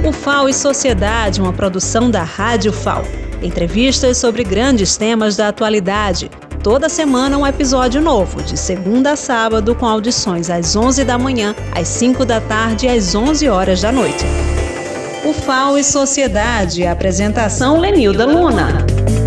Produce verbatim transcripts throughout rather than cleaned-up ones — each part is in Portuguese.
O F A O e Sociedade, uma produção da Rádio F A O. Entrevistas sobre grandes temas da atualidade. Toda semana um episódio novo, de segunda a sábado, com audições às onze da manhã, às cinco da tarde e às onze horas da noite. O F A O e Sociedade, apresentação Lenilda Luna.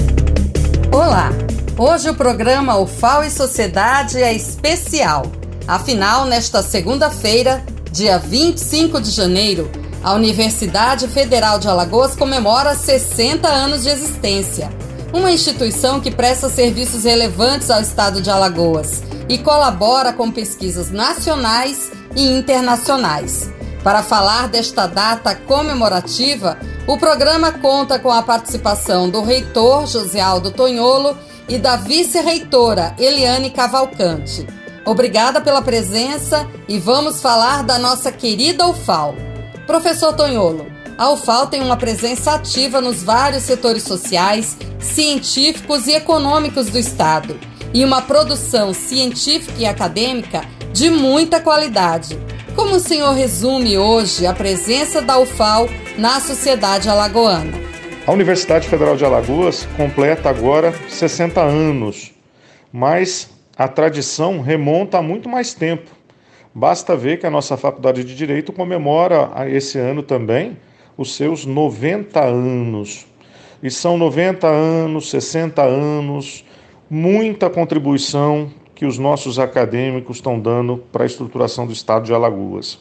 Olá! Hoje o programa O F A O e Sociedade é especial. Afinal, nesta segunda-feira, dia vinte e cinco de janeiro, a Universidade Federal de Alagoas comemora sessenta anos de existência. Uma instituição que presta serviços relevantes ao estado de Alagoas e colabora com pesquisas nacionais e internacionais. Para falar desta data comemorativa, o programa conta com a participação do reitor José Aldo Tonholo e da vice-reitora Eliane Cavalcante. Obrigada pela presença e vamos falar da nossa querida U F A O. Professor Tonholo, a U F A O tem uma presença ativa nos vários setores sociais, científicos e econômicos do Estado e uma produção científica e acadêmica de muita qualidade. Como o senhor resume hoje a presença da U F A O na sociedade alagoana? A Universidade Federal de Alagoas completa agora sessenta anos, mas a tradição remonta a muito mais tempo. Basta ver que a nossa Faculdade de Direito comemora esse ano também os seus noventa anos. E são noventa anos, sessenta anos, muita contribuição que os nossos acadêmicos estão dando para a estruturação do Estado de Alagoas.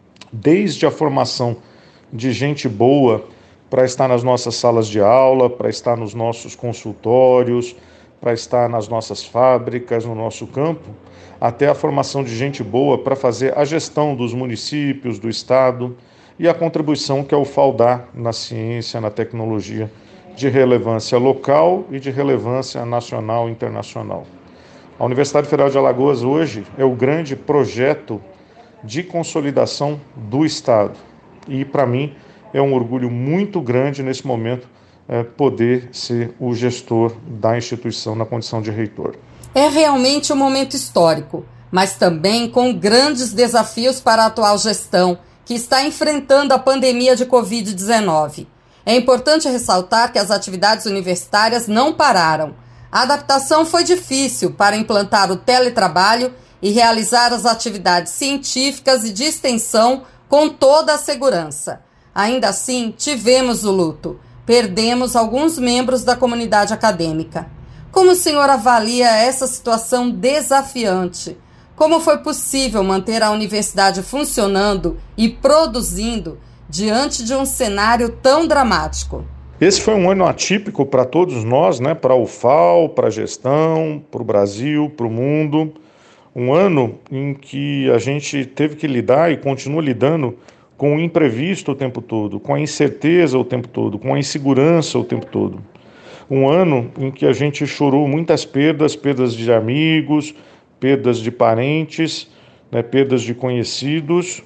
Desde a formação de gente boa para estar nas nossas salas de aula, para estar nos nossos consultórios, para estar nas nossas fábricas, no nosso campo, até a formação de gente boa para fazer a gestão dos municípios, do Estado, e a contribuição que a U F A O dá na ciência, na tecnologia, de relevância local e de relevância nacional e internacional. A Universidade Federal de Alagoas hoje é o grande projeto de consolidação do Estado. E, para mim, é um orgulho muito grande nesse momento é, poder ser o gestor da instituição na condição de reitor. É realmente um momento histórico, mas também com grandes desafios para a atual gestão, que está enfrentando a pandemia de covid dezenove. É importante ressaltar que as atividades universitárias não pararam. A adaptação foi difícil para implantar o teletrabalho e realizar as atividades científicas e de extensão com toda a segurança. Ainda assim, tivemos o luto. Perdemos alguns membros da comunidade acadêmica. Como o senhor avalia essa situação desafiante? Como foi possível manter a universidade funcionando e produzindo diante de um cenário tão dramático? Esse foi um ano atípico para todos nós, né? Para a U F A O, para a gestão, para o Brasil, para o mundo. Um ano em que a gente teve que lidar e continua lidando com o imprevisto o tempo todo, com a incerteza o tempo todo, com a insegurança o tempo todo. Um ano em que a gente chorou muitas perdas, perdas de amigos, perdas de parentes, né, perdas de conhecidos,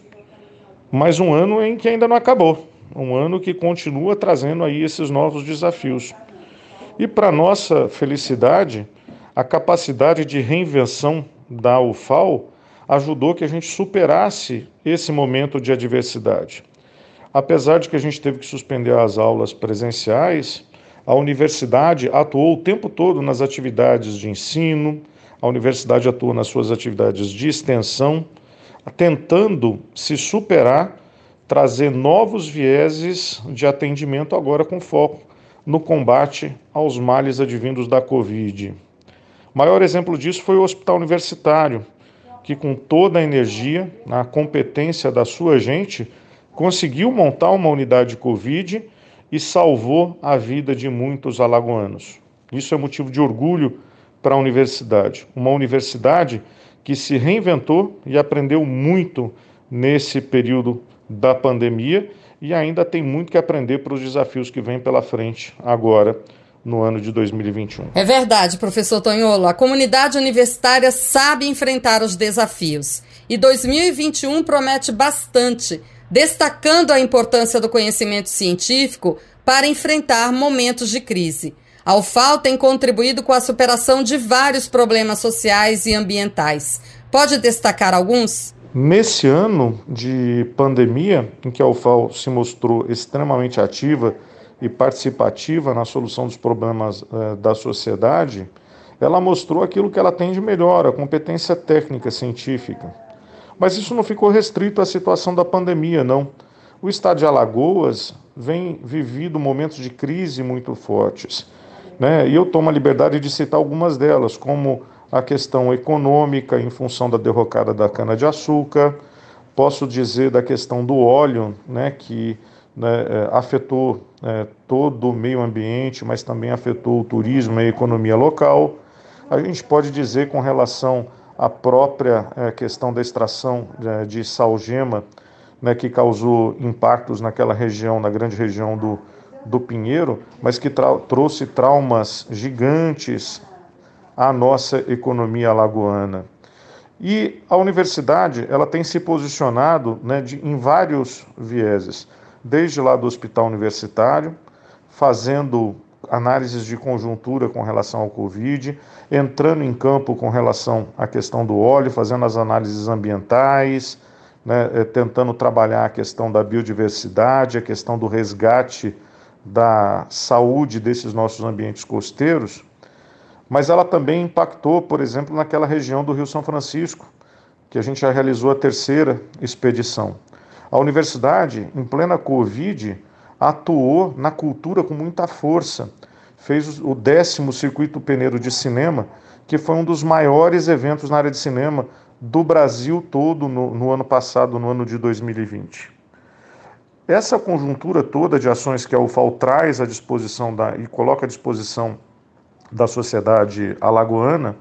mas um ano em que ainda não acabou. Um ano que continua trazendo aí esses novos desafios. E para nossa felicidade, a capacidade de reinvenção da U F A O ajudou que a gente superasse esse momento de adversidade. Apesar de que a gente teve que suspender as aulas presenciais, a universidade atuou o tempo todo nas atividades de ensino, a universidade atuou nas suas atividades de extensão, tentando se superar, trazer novos vieses de atendimento agora com foco no combate aos males advindos da Covid. O maior exemplo disso foi o Hospital Universitário, que com toda a energia, a competência da sua gente, conseguiu montar uma unidade de Covid e salvou a vida de muitos alagoanos. Isso é motivo de orgulho para a universidade. Uma universidade que se reinventou e aprendeu muito nesse período da pandemia e ainda tem muito que aprender para os desafios que vêm pela frente agora, no ano de dois mil e vinte e um. É verdade, professor Tonholo. A comunidade universitária sabe enfrentar os desafios. E dois mil e vinte e um promete bastante, destacando a importância do conhecimento científico para enfrentar momentos de crise. A U F A O tem contribuído com a superação de vários problemas sociais e ambientais. Pode destacar alguns? Nesse ano de pandemia, em que a U F A L se mostrou extremamente ativa e participativa na solução dos problemas eh, da sociedade, ela mostrou aquilo que ela tem de melhor, a competência técnica científica. Mas isso não ficou restrito à situação da pandemia, não. O estado de Alagoas vem vivido momentos de crise muito fortes, né? E eu tomo a liberdade de citar algumas delas, como a questão econômica em função da derrocada da cana-de-açúcar, posso dizer da questão do óleo, né, que né, afetou é, todo o meio ambiente, mas também afetou o turismo e a economia local. A gente pode dizer com relação à própria é, questão da extração é, de salgema, né, que causou impactos naquela região, na grande região do, do Pinheiro, mas que tra- trouxe traumas gigantes à nossa economia alagoana. E a universidade ela tem se posicionado né, de, em vários vieses, desde lá do hospital universitário, fazendo análises de conjuntura com relação ao Covid, entrando em campo com relação à questão do óleo, fazendo as análises ambientais, né, tentando trabalhar a questão da biodiversidade, a questão do resgate da saúde desses nossos ambientes costeiros, mas ela também impactou, por exemplo, naquela região do Rio São Francisco, que a gente já realizou a terceira expedição. A universidade, em plena Covid, atuou na cultura com muita força, fez o décimo Circuito Peneiro de Cinema, que foi um dos maiores eventos na área de cinema do Brasil todo no, no ano passado, no ano de dois mil e vinte. Essa conjuntura toda de ações que a U F A L traz à disposição da, e coloca à disposição da sociedade alagoana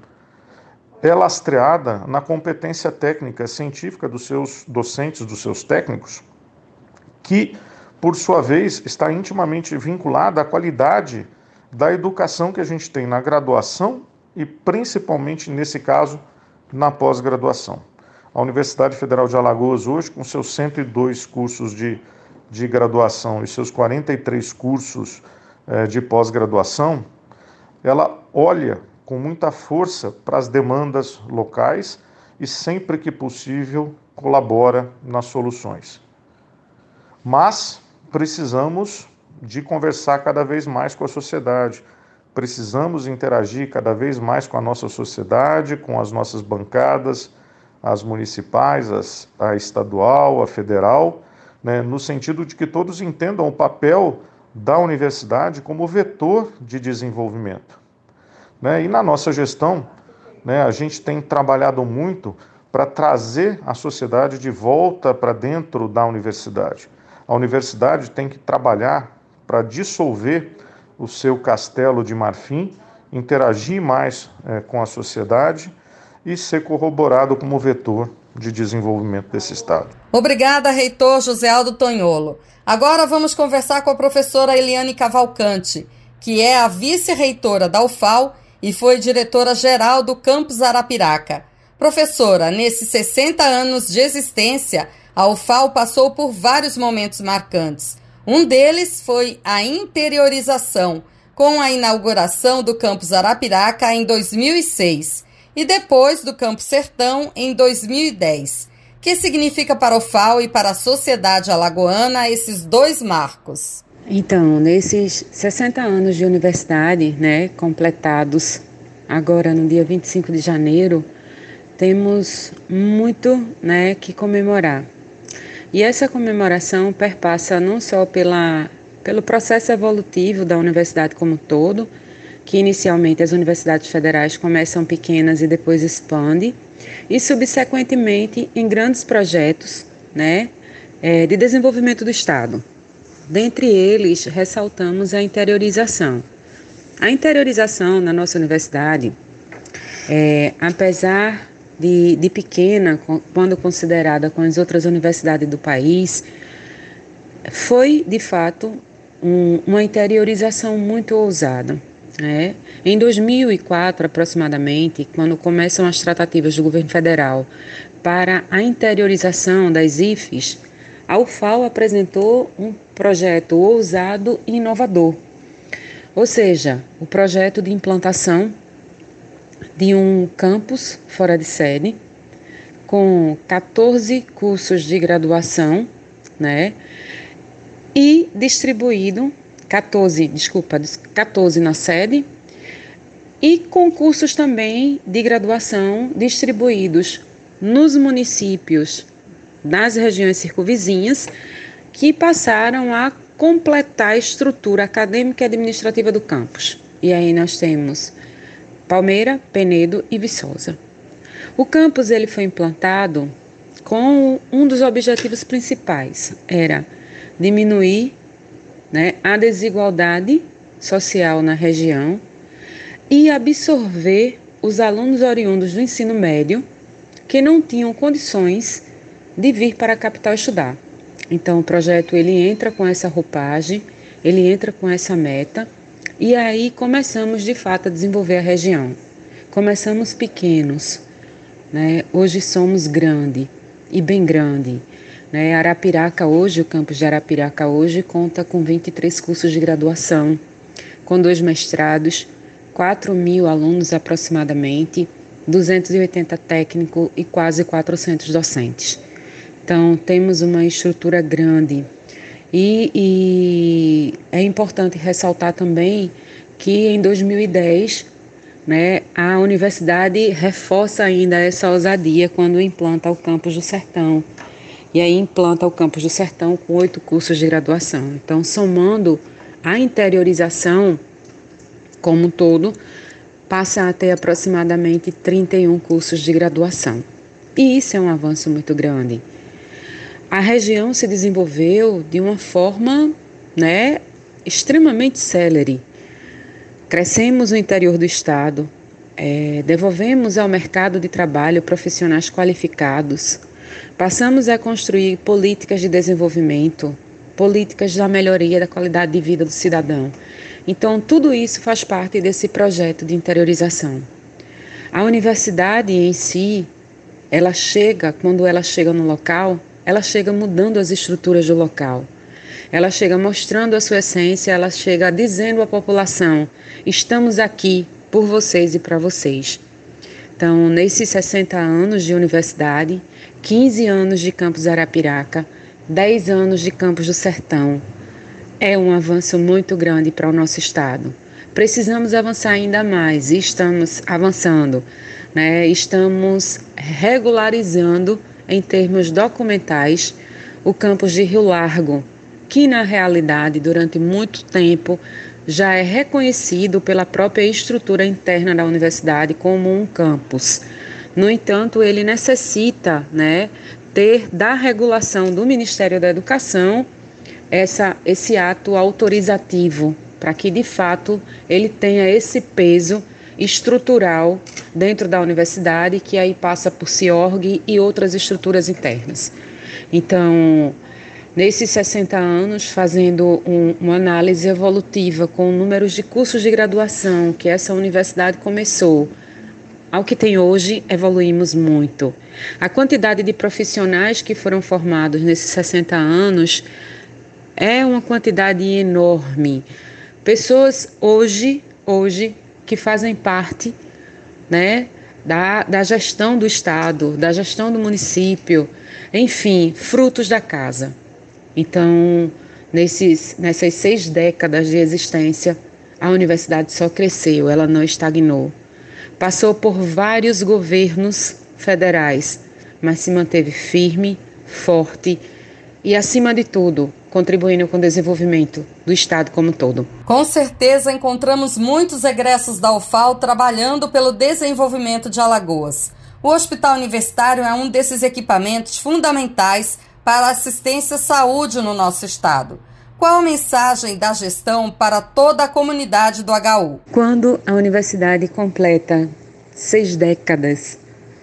é lastreada na competência técnica científica dos seus docentes, dos seus técnicos, que, por sua vez, está intimamente vinculada à qualidade da educação que a gente tem na graduação e, principalmente, nesse caso, na pós-graduação. A Universidade Federal de Alagoas, hoje, com seus cento e dois cursos de, de graduação e seus quarenta e três cursos eh, de pós-graduação, ela olha com muita força para as demandas locais e, sempre que possível, colabora nas soluções. Mas precisamos de conversar cada vez mais com a sociedade, precisamos interagir cada vez mais com a nossa sociedade, com as nossas bancadas, as municipais, as, a estadual, a federal, né, no sentido de que todos entendam o papel da universidade como vetor de desenvolvimento. Né? E na nossa gestão, né, a gente tem trabalhado muito para trazer a sociedade de volta para dentro da universidade. A universidade tem que trabalhar para dissolver o seu castelo de marfim, interagir mais é, com a sociedade e ser corroborado como vetor de desenvolvimento desse Estado. Obrigada, reitor José Aldo Tonholo. Agora vamos conversar com a professora Eliane Cavalcante, que é a vice-reitora da U F A L e foi diretora-geral do Campus Arapiraca. Professora, nesses sessenta anos de existência, a U F A L passou por vários momentos marcantes. Um deles foi a interiorização, com a inauguração do Campus Arapiraca em dois mil e seis e depois do Campus Sertão em dois mil e dez. O que significa para a U F A L e para a sociedade alagoana esses dois marcos? Então, nesses sessenta anos de universidade, né, completados agora no dia vinte e cinco de janeiro, temos muito, né, que comemorar. E essa comemoração perpassa não só pela, pelo processo evolutivo da universidade como um todo, que inicialmente as universidades federais começam pequenas e depois expandem, e subsequentemente em grandes projetos, né, é, de desenvolvimento do Estado. Dentre eles, ressaltamos a interiorização. A interiorização na nossa universidade, é, apesar de, de pequena, quando considerada com as outras universidades do país, foi, de fato, um, uma interiorização muito ousada. Né? Em dois mil e quatro, aproximadamente, quando começam as tratativas do governo federal para a interiorização das I F Es, a U F A L apresentou um projeto ousado e inovador, ou seja, o projeto de implantação de um campus fora de sede, com quatorze cursos de graduação, né? E distribuído, quatorze, desculpa, quatorze na sede, e com cursos também de graduação distribuídos nos municípios das regiões circunvizinhas, que passaram a completar a estrutura acadêmica e administrativa do campus. E aí nós temos Palmeira, Penedo e Viçosa. O campus ele foi implantado com um dos objetivos principais, era diminuir, né, a desigualdade social na região e absorver os alunos oriundos do ensino médio que não tinham condições de vir para a capital estudar. Então o projeto ele entra com essa roupagem, ele entra com essa meta e aí começamos de fato a desenvolver a região. Começamos pequenos, né? Hoje somos grande e bem grande. Né? Arapiraca hoje, o campus de Arapiraca hoje conta com vinte e três cursos de graduação, com dois mestrados, quatro mil alunos aproximadamente, duzentos e oitenta técnicos e quase quatrocentos docentes. Então, temos uma estrutura grande. E, e é importante ressaltar também que em dois mil e dez, né, a universidade reforça ainda essa ousadia quando implanta o campus do Sertão. E aí implanta o campus do Sertão com oito cursos de graduação. Então, somando a interiorização como um todo, passa a ter aproximadamente trinta e um cursos de graduação. E isso é um avanço muito grande. A região se desenvolveu de uma forma, né, extremamente célere. Crescemos no interior do estado, é, devolvemos ao mercado de trabalho profissionais qualificados, passamos a construir políticas de desenvolvimento, políticas da melhoria da qualidade de vida do cidadão. Então, tudo isso faz parte desse projeto de interiorização. A universidade em si, ela chega, quando ela chega no local, ela chega mudando as estruturas do local. Ela chega mostrando a sua essência, ela chega dizendo à população, estamos aqui por vocês e para vocês. Então, nesses sessenta anos de universidade, quinze anos de campus Arapiraca, dez anos de campus do Sertão, é um avanço muito grande para o nosso estado. Precisamos avançar ainda mais e estamos avançando, né? Estamos regularizando em termos documentais o campus de Rio Largo, que na realidade durante muito tempo já é reconhecido pela própria estrutura interna da universidade como um campus. No entanto, ele necessita, né, ter da regulação do Ministério da Educação essa, esse ato autorizativo, para que de fato ele tenha esse peso estrutural dentro da universidade, que aí passa por CIORG e outras estruturas internas. Então, nesses sessenta anos, fazendo um, uma análise evolutiva com números de cursos de graduação que essa universidade começou, ao que tem hoje, evoluímos muito. A quantidade de profissionais que foram formados nesses sessenta anos é uma quantidade enorme. Pessoas hoje, hoje que fazem parte, né, da, da gestão do Estado, da gestão do município, enfim, frutos da casa. Então, nesses, nessas seis décadas de existência, a universidade só cresceu, ela não estagnou. Passou por vários governos federais, mas se manteve firme, forte e, acima de tudo, contribuindo com o desenvolvimento do estado como um todo. Com certeza encontramos muitos egressos da U F A L trabalhando pelo desenvolvimento de Alagoas. O Hospital Universitário é um desses equipamentos fundamentais para a assistência à saúde no nosso estado. Qual a mensagem da gestão para toda a comunidade do H U? Quando a universidade completa seis décadas,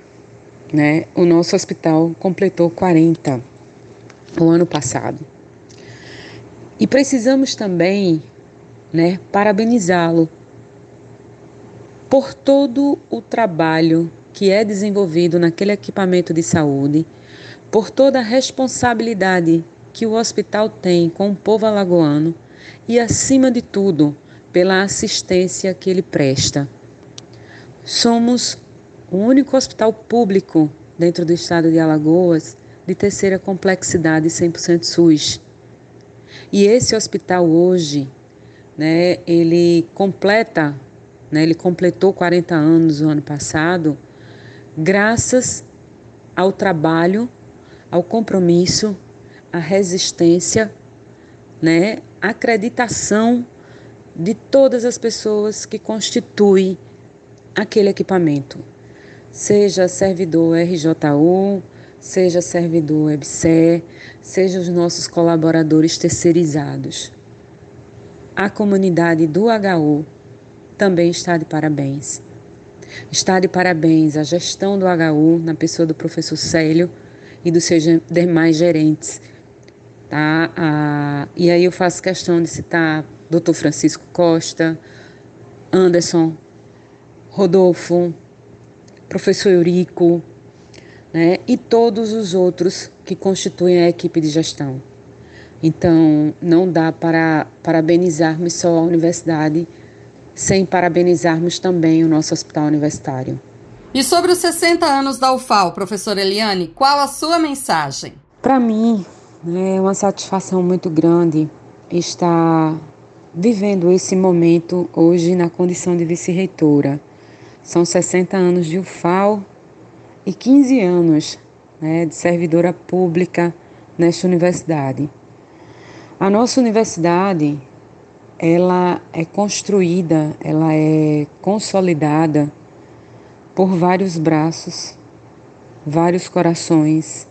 né, o nosso hospital completou quarenta o ano passado. E precisamos também, né, parabenizá-lo por todo o trabalho que é desenvolvido naquele equipamento de saúde, por toda a responsabilidade que o hospital tem com o povo alagoano e, acima de tudo, pela assistência que ele presta. Somos o único hospital público dentro do estado de Alagoas, de terceira complexidade cem por cento SUS. E esse hospital hoje, né, ele completa, né, ele completou quarenta anos no ano passado, graças ao trabalho, ao compromisso, à resistência, né, à acreditação de todas as pessoas que constituem aquele equipamento. Seja servidor R J U, seja servidor E B S E, seja os nossos colaboradores terceirizados. A comunidade do H U também está de parabéns. Está de parabéns a gestão do H U, na pessoa do professor Célio e dos seus demais gerentes. Tá? Ah, e aí eu faço questão de citar doutor Francisco Costa, Anderson, Rodolfo, professor Eurico, né, e todos os outros que constituem a equipe de gestão. Então, não dá para parabenizarmos só a universidade sem parabenizarmos também o nosso hospital universitário. E sobre os sessenta anos da U F A L, professora Eliane, qual a sua mensagem? Para mim, é uma satisfação muito grande estar vivendo esse momento hoje na condição de vice-reitora. São sessenta anos de U F A L e quinze anos, né, de servidora pública nesta universidade. A nossa universidade, ela é construída, ela é consolidada por vários braços, vários corações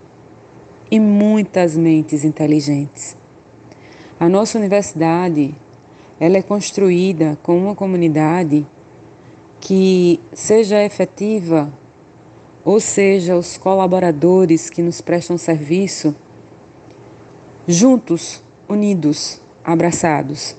e muitas mentes inteligentes. A nossa universidade, ela é construída com uma comunidade que seja efetiva, ou seja, os colaboradores que nos prestam serviço, juntos, unidos, abraçados.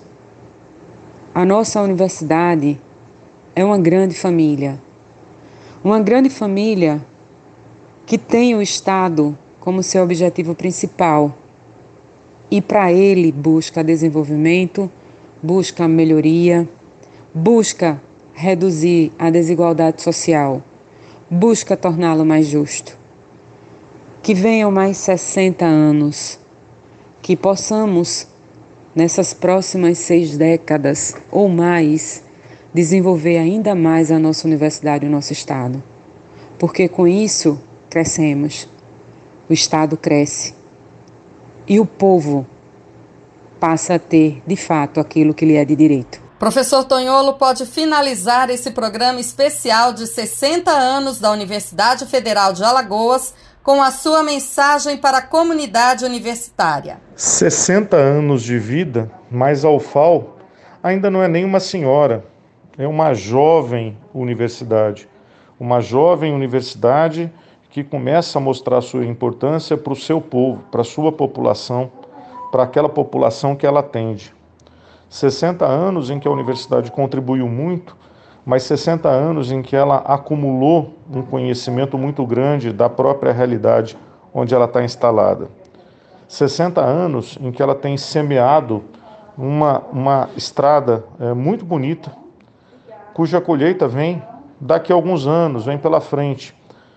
A nossa universidade é uma grande família. Uma grande família que tem o Estado como seu objetivo principal e para ele busca desenvolvimento, busca melhoria, busca reduzir a desigualdade social, busca torná-lo mais justo. Que venham mais sessenta anos, que possamos, nessas próximas seis décadas ou mais, desenvolver ainda mais a nossa universidade e o nosso Estado. Porque com isso crescemos, o Estado cresce e o povo passa a ter, de fato, aquilo que lhe é de direito. Professor Tonholo pode finalizar esse programa especial de sessenta anos da Universidade Federal de Alagoas com a sua mensagem para a comunidade universitária. sessenta anos de vida, mas a U F A L ainda não é nem uma senhora, é uma jovem universidade. Uma jovem universidade que começa a mostrar sua importância para o seu povo, para a sua população, para aquela população que ela atende. sessenta anos em que a universidade contribuiu muito, mas sessenta anos em que ela acumulou um conhecimento muito grande da própria realidade onde ela está instalada. sessenta anos em que ela tem semeado uma, uma estrada é, muito bonita, cuja colheita vem daqui a alguns anos, vem pela frente.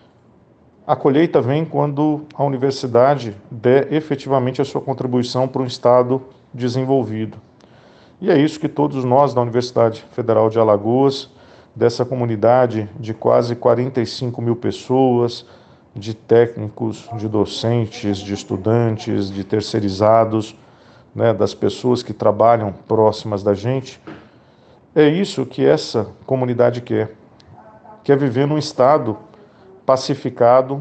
A colheita vem quando a universidade der efetivamente a sua contribuição para um Estado desenvolvido. E é isso que todos nós da Universidade Federal de Alagoas, dessa comunidade de quase quarenta e cinco mil pessoas, de técnicos, de docentes, de estudantes, de terceirizados, né, das pessoas que trabalham próximas da gente, é isso que essa comunidade quer. Quer viver num Estado pacificado,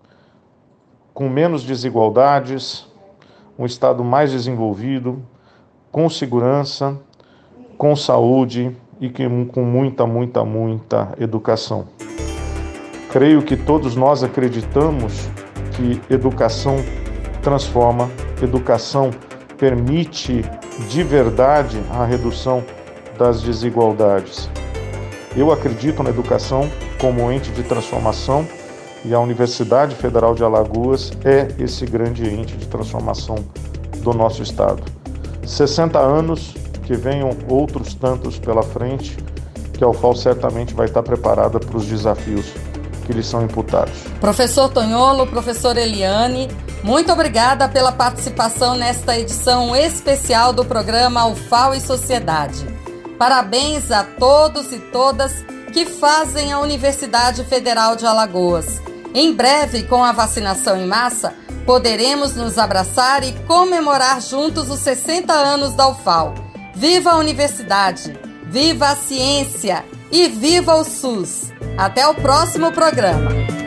com menos desigualdades, um Estado mais desenvolvido, com segurança, com saúde e com muita, muita, muita educação. Creio que todos nós acreditamos que educação transforma, educação permite de verdade a redução das desigualdades. Eu acredito na educação como ente de transformação e a Universidade Federal de Alagoas é esse grande ente de transformação do nosso Estado. sessenta anos, que venham outros tantos pela frente, que a U F A L certamente vai estar preparada para os desafios que lhes são imputados. Professor Tonholo, professor Eliane, muito obrigada pela participação nesta edição especial do programa U F A O e Sociedade. Parabéns a todos e todas que fazem a Universidade Federal de Alagoas. Em breve, com a vacinação em massa, poderemos nos abraçar e comemorar juntos os sessenta anos da U F A O. Viva a Universidade! Viva a ciência! E viva o SUS! Até o próximo programa!